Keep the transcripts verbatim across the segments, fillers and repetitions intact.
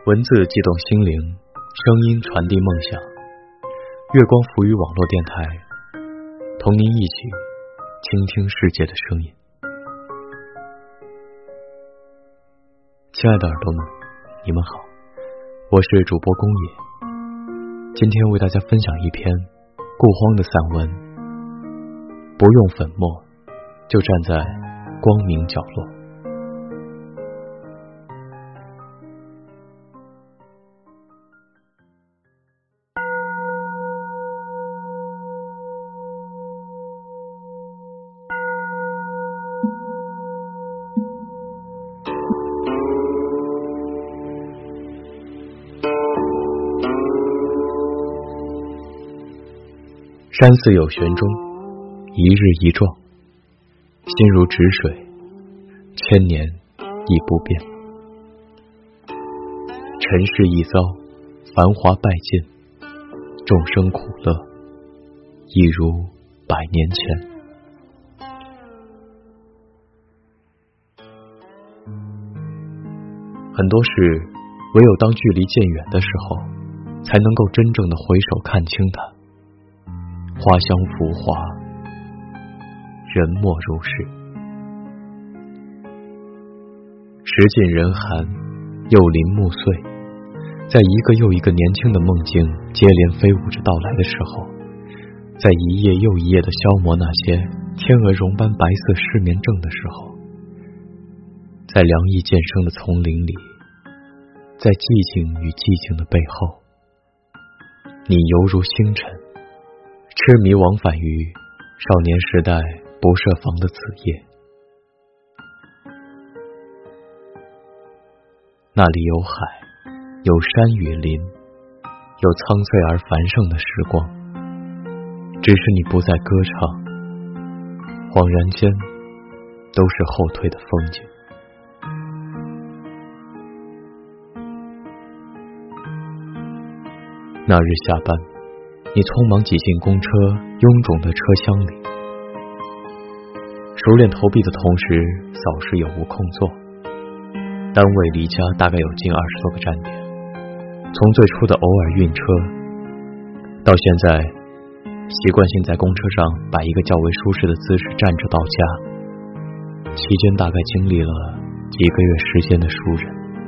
文字激动心灵，声音传递梦想。月光浮于网络电台，同您一起倾听世界的声音。亲爱的耳朵们，你们好，我是主播宫野。今天为大家分享一篇顾荒的散文，不用粉末，就站在光明角落。山寺有玄钟，一日一撞，心如止水，千年亦不变。尘世一遭，繁华败尽，众生苦乐，一如百年前。很多事，唯有当距离渐远的时候，才能够真正的回首看清它。花香浮华，人莫如是。时尽人寒，又临暮岁，在一个又一个年轻的梦境接连飞舞着到来的时候，在一夜又一夜的消磨那些天鹅绒般白色失眠症的时候，在凉意渐生的丛林里，在寂静与寂静的背后，你犹如星辰，痴迷往返于少年时代不设防的子夜。那里有海，有山与林，有苍翠而繁盛的时光，只是你不再歌唱，恍然间都是后退的风景。那日下班，你匆忙挤进公车臃肿的车厢里，熟练投币的同时扫视有无空座。单位离家大概有近二十多个站点，从最初的偶尔晕车，到现在习惯性在公车上摆一个较为舒适的姿势站着到家，期间大概经历了几个月时间的熟人。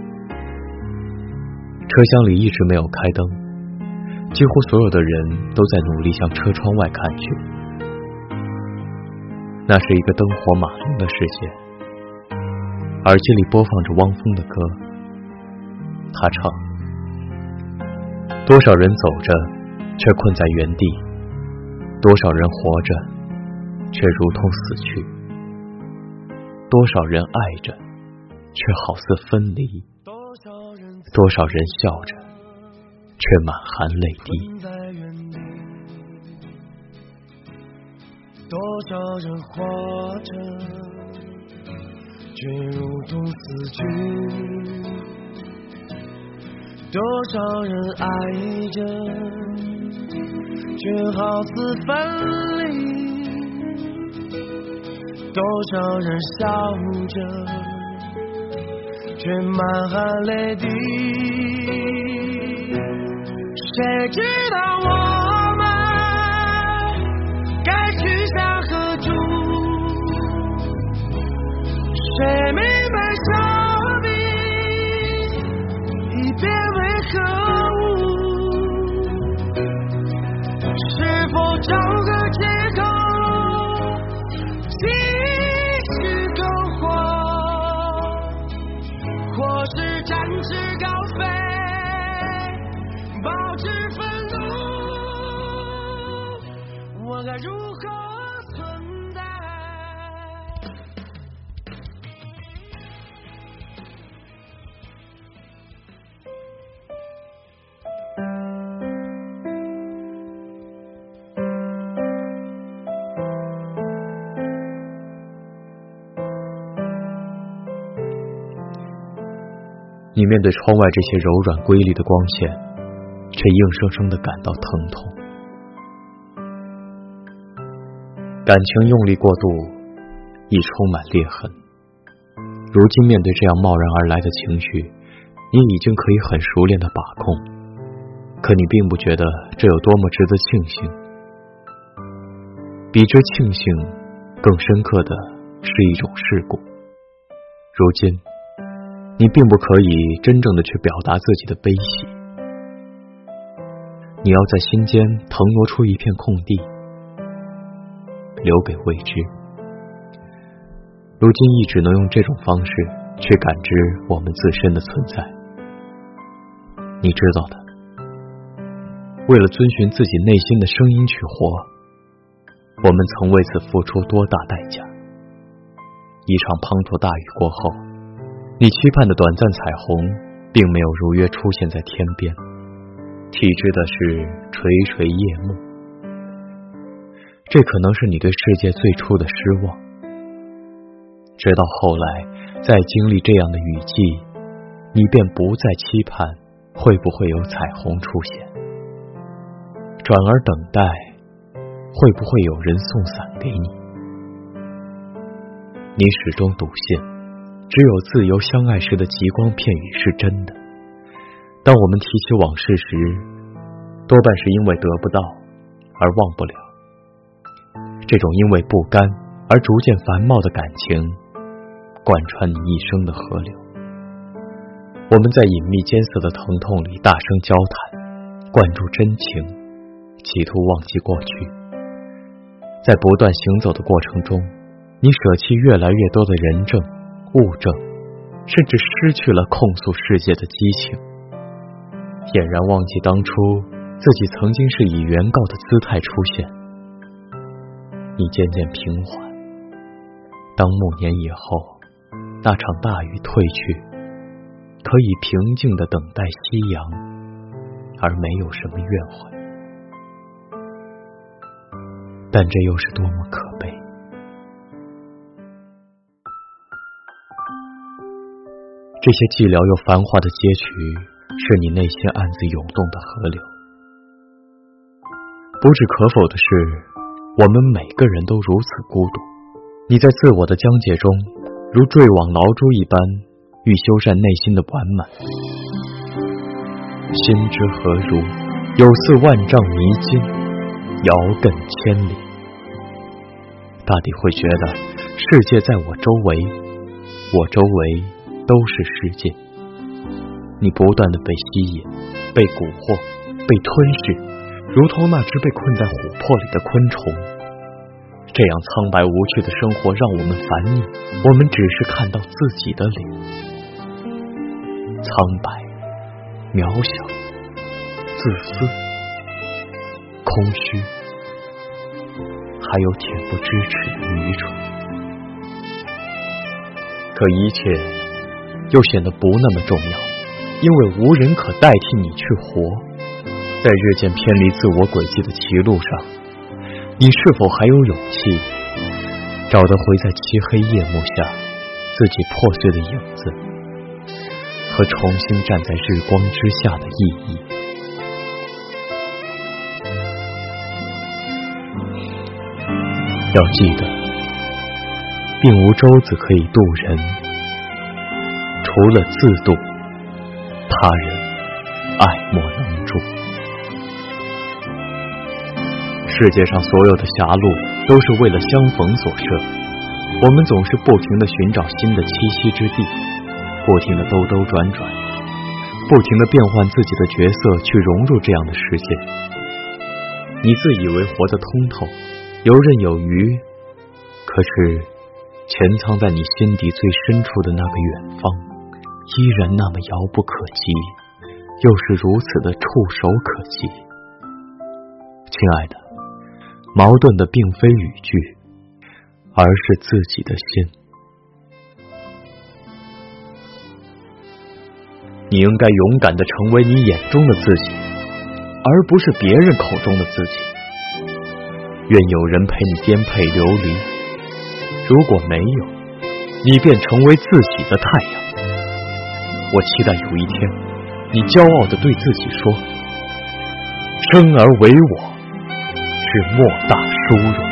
车厢里一直没有开灯，几乎所有的人都在努力向车窗外看去。那是一个灯火马龙的世界，耳机里播放着汪峰的歌，他唱：多少人走着却困在原地，多少人活着却如同死去，多少人爱着却好似分离，多少人笑着却满含泪滴。 多少人活着却如同死去，多少人爱着却好似分离，多少人笑着却满含泪滴。谁知道我们该去向何处？谁明白生命已变为何物？是否找个借口继续苟活，或是展翅高飞，保持愤怒？我该如何存在？ 你面对窗外这些柔软瑰丽的光线，却硬生生地感到疼痛。感情用力过度，亦充满裂痕。如今面对这样贸然而来的情绪， 你已经可以很熟练的把控，可你并不觉得这有多么值得庆幸。比之庆幸，更深刻的是一种事故。如今，你并不可以真正的去表达自己的悲喜，你要在心间腾挪出一片空地，留给未知。如今亦只能用这种方式去感知我们自身的存在。你知道的，为了遵循自己内心的声音去活，我们曾为此付出多大代价。一场滂沱大雨过后，你期盼的短暂彩虹并没有如约出现在天边，体知的是垂垂夜幕。这可能是你对世界最初的失望，直到后来再经历这样的雨季，你便不再期盼会不会有彩虹出现，转而等待会不会有人送伞给你。你始终笃信只有自由相爱时的极光片语是真的。当我们提起往事时，多半是因为得不到而忘不了。这种因为不甘而逐渐繁茂的感情，贯穿你一生的河流。我们在隐秘艰涩的疼痛里大声交谈，灌注真情，企图忘记过去。在不断行走的过程中，你舍弃越来越多的人证、物证，甚至失去了控诉世界的激情，俨然忘记当初自己曾经是以原告的姿态出现。你渐渐平缓，当暮年以后，那场大雨退去，可以平静地等待夕阳，而没有什么怨悔。但这又是多么可悲！这些寂寥又繁华的街区，是你内心暗自涌动的河流。不置可否的是，我们每个人都如此孤独。你在自我的疆界中，如坠网牢珠一般，欲修缮内心的完满。心之何如，有似万丈迷津，遥亘千里。大抵会觉得世界在我周围，我周围都是世界。你不断的被吸引，被蛊惑，被吞噬，如同那只被困在琥珀里的昆虫。这样苍白无趣的生活让我们烦腻，我们只是看到自己的脸，苍白、渺小、自私、空虚，还有恬不知耻的愚蠢。可一切又显得不那么重要，因为无人可代替你去活。在日渐偏离自我轨迹的歧路上，你是否还有勇气找得回在漆黑夜幕下自己破碎的影子，和重新站在日光之下的意义？要记得，并无舟子可以渡人，除了自渡，他人爱莫能助。世界上所有的狭路都是为了相逢所设，我们总是不停地寻找新的栖息之地，不停地兜兜转转，不停地变换自己的角色去融入这样的世界。你自以为活得通透，游刃有余，可是潜藏在你心底最深处的那个远方，依然那么遥不可及，又是如此的触手可及。亲爱的，矛盾的并非语句，而是自己的心。你应该勇敢地成为你眼中的自己，而不是别人口中的自己。愿有人陪你颠沛流离，如果没有，你便成为自己的太阳。我期待有一天，你骄傲地对自己说，生而为我是莫大殊荣。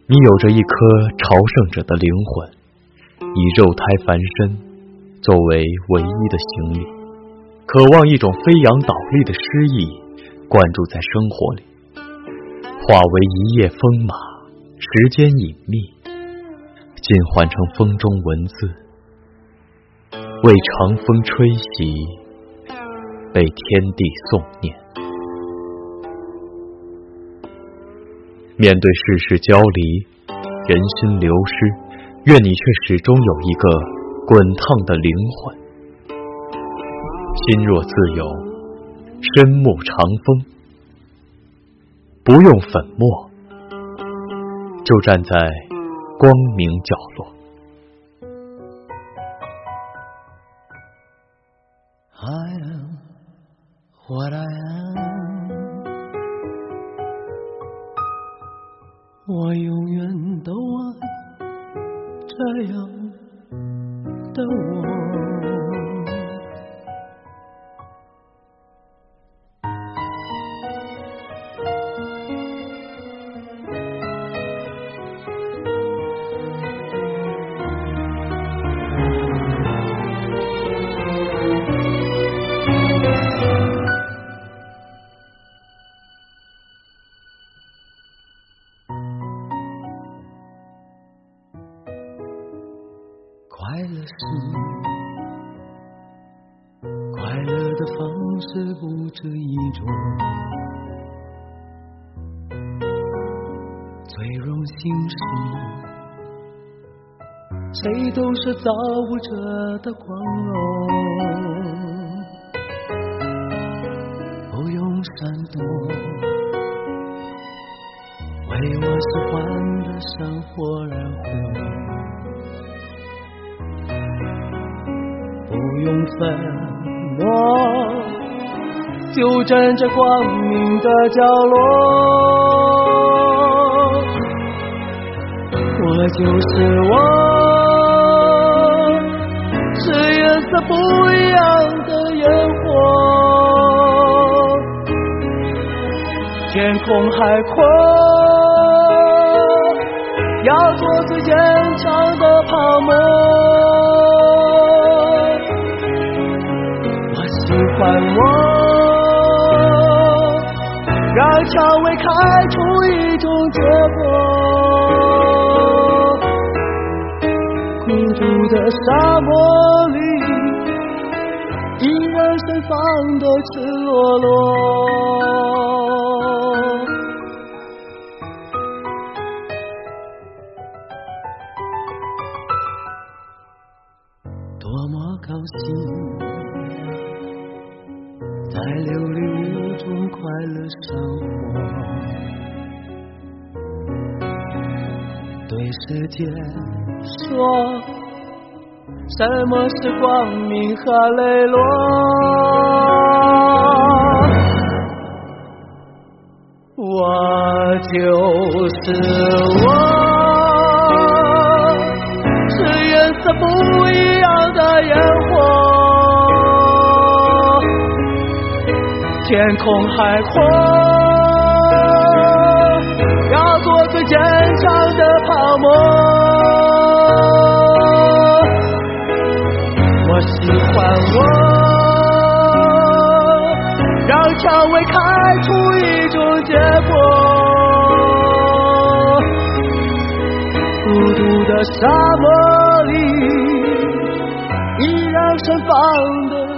你有着一颗朝圣者的灵魂，以肉胎凡身作为唯一的行李，渴望一种飞扬倒立的诗意灌注在生活里，化为一夜风马，时间隐秘，进换成风中文字，为长风吹袭，被天地诵念。面对世事交离，人心流失，愿你却始终有一个滚烫的灵魂，心若自由，身目长风，不用粉末，就站在光明角落。 I am what I am， 我永远都爱这样的我。快乐是快乐的方式不止一种，最荣幸是谁都是造物者的光荣，不用闪躲，为我喜欢的生活而活，不用粉墨，就站在光明的角落。我就是我，是颜色不一样的烟火，天空海阔，要做最坚强的泡沫。喜欢我，让蔷薇开出一种结果，孤独的沙漠里依然盛放的赤裸裸。多么高兴在流离中快乐生活，对世界说什么是光明和磊落。我就是我，是颜色不一样的烟火，天空海阔，要做最坚强的泡沫。我喜欢我，让蔷薇开出一种结果，孤独的沙漠里依然盛放的